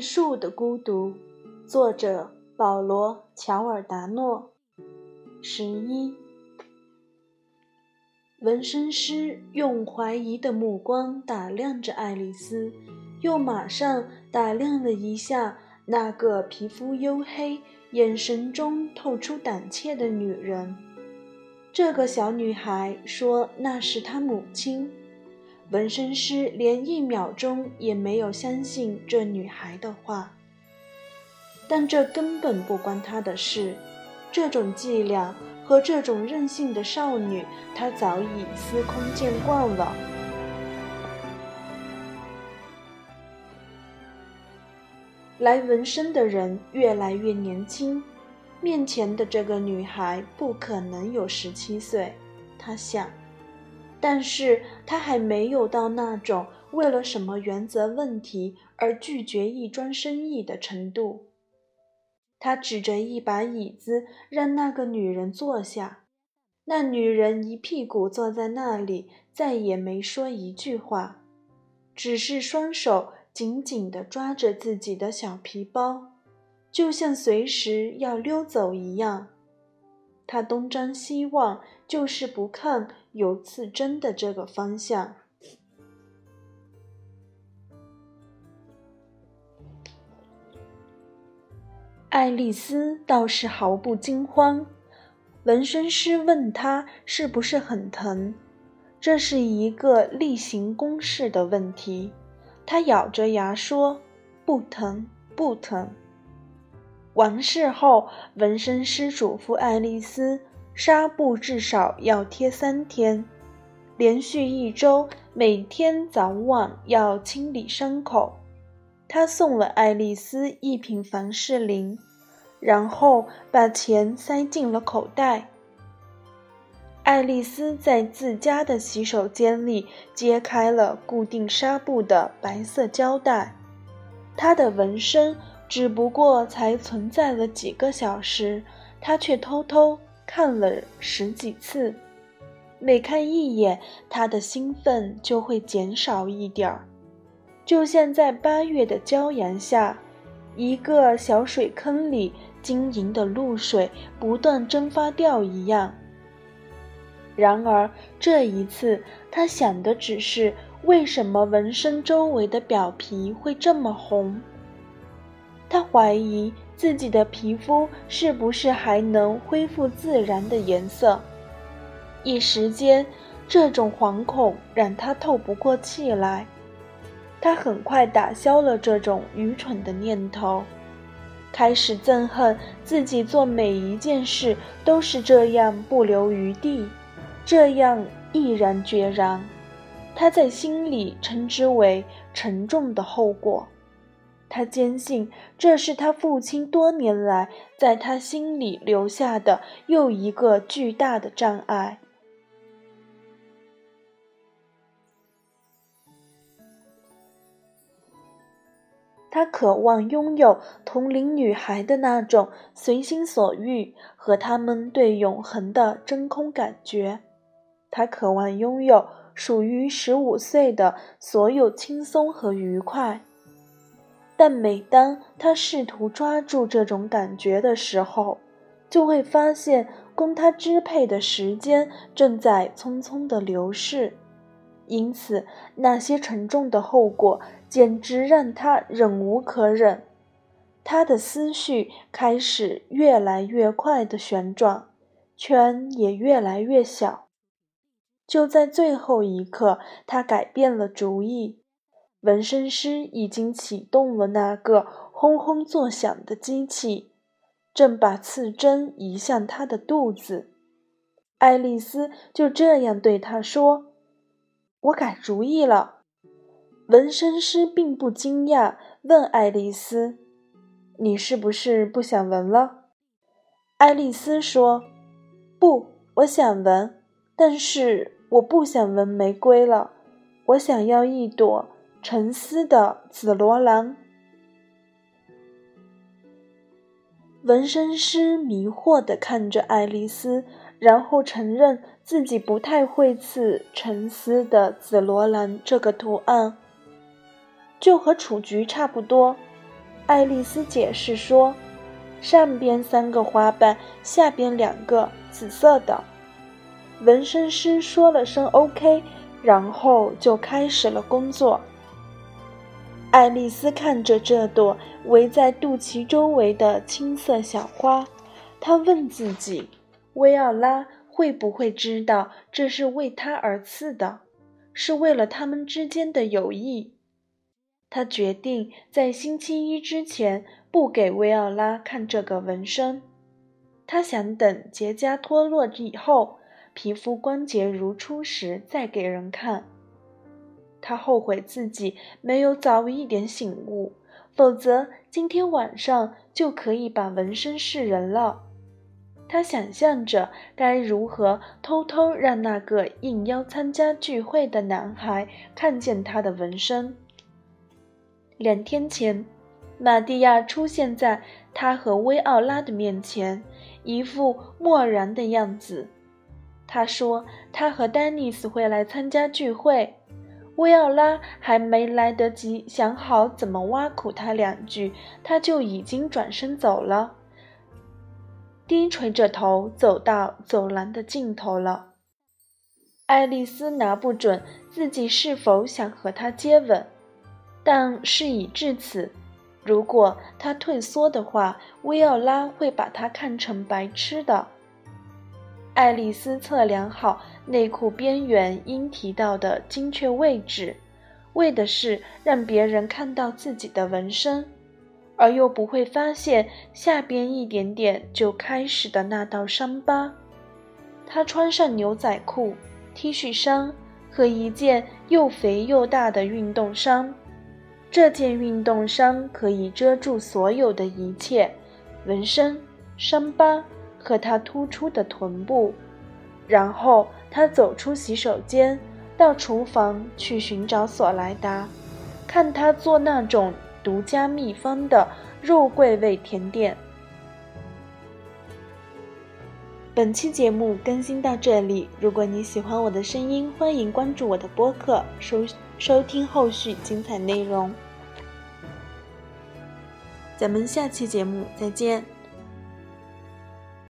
是树的孤独，作者保罗·乔尔达诺。11。纹身师用怀疑的目光打量着爱丽丝，又马上打量了一下那个皮肤黝黑、眼神中透出胆怯的女人。这个小女孩说那是她母亲。纹身师连1秒钟也没有相信这女孩的话，但这根本不关他的事。这种伎俩和这种任性的少女，他早已司空见惯了。来纹身的人越来越年轻，面前的这个女孩不可能有17岁，他想。但是他还没有到那种为了什么原则问题而拒绝一桩生意的程度。他指着一把椅子让那个女人坐下，那女人一屁股坐在那里，再也没说一句话，只是双手紧紧地抓着自己的小皮包，就像随时要溜走一样。他东张西望，就是不看有刺针的这个方向。爱丽丝倒是毫不惊慌。纹身师问她是不是很疼，这是一个例行公事的问题。她咬着牙说：“不疼，不疼。”完事后，纹身师嘱咐爱丽丝，纱布至少要贴3天，连续1周，每天早晚要清理伤口。他送了爱丽丝1瓶凡士林，然后把钱塞进了口袋。爱丽丝在自家的洗手间里揭开了固定纱布的白色胶带。她的纹身只不过才存在了几个小时，她却偷偷看了10几次。每看一眼，她的兴奋就会减少一点儿，就像在8月的骄阳下，一个小水坑里晶莹的露水不断蒸发掉一样。然而这一次，他想的只是为什么纹身周围的表皮会这么红。他怀疑自己的皮肤是不是还能恢复自然的颜色。一时间，这种惶恐让他透不过气来。他很快打消了这种愚蠢的念头，开始憎恨自己做每一件事都是这样不留余地，这样毅然决然。他在心里称之为沉重的后果。他坚信这是他父亲多年来在他心里留下的又一个巨大的障碍。他渴望拥有同龄女孩的那种随心所欲和她们对永恒的真空感觉。他渴望拥有属于15岁的所有轻松和愉快。但每当他试图抓住这种感觉的时候，就会发现供他支配的时间正在匆匆地流逝。因此那些沉重的后果简直让他忍无可忍。他的思绪开始越来越快地旋转，圈也越来越小。就在最后一刻，他改变了主意。纹身师已经启动了那个轰轰作响的机器，正把刺针移向他的肚子。爱丽丝就这样对他说：“我改主意了。”纹身师并不惊讶，问爱丽丝：“你是不是不想纹了？”爱丽丝说：“不，我想纹，但是我不想纹玫瑰了，我想要一朵沉思的紫罗兰。”纹身师迷惑地看着爱丽丝，然后承认自己不太会刺沉思的紫罗兰这个图案，就和雏菊差不多。 爱丽丝解释说，上边3个花瓣，下边2个，紫色的。纹身师说了声 OK， 然后就开始了工作。爱丽丝看着这朵围在肚脐周围的青色小花，她问自己，薇奥拉会不会知道这是为她而刺的，是为了他们之间的友谊。她决定在星期1之前不给薇奥拉看这个纹身。她想等结痂脱落以后，皮肤光洁如初时再给人看。她后悔自己没有早一点醒悟，否则今天晚上就可以把纹身示人了。她想象着该如何偷偷让那个应邀参加聚会的男孩看见她的纹身。2天前，玛蒂亚出现在她和薇奥拉的面前，一副漠然的样子。他说他和丹尼斯会来参加聚会，薇奥拉还没来得及想好怎么挖苦他2句，他就已经转身走了，低垂着头走到走廊的尽头了。爱丽丝拿不准自己是否想和他接吻，但事已至此，如果他退缩的话，薇奥拉会把他看成白痴的。爱丽丝测量好内裤边缘应提到的精确位置，为的是让别人看到自己的纹身，而又不会发现下边一点点就开始的那道伤疤。她穿上牛仔裤、T 恤衫和一件又肥又大的运动衫。这件运动衫可以遮住所有的一切，纹身、伤疤和她突出的臀部。然后她走出洗手间，到厨房去寻找索莱达，看她做那种独家秘方的肉桂味甜点。本期节目更新到这里，如果你喜欢我的声音，欢迎关注我的播客，收听后续精彩内容。咱们下期节目再见。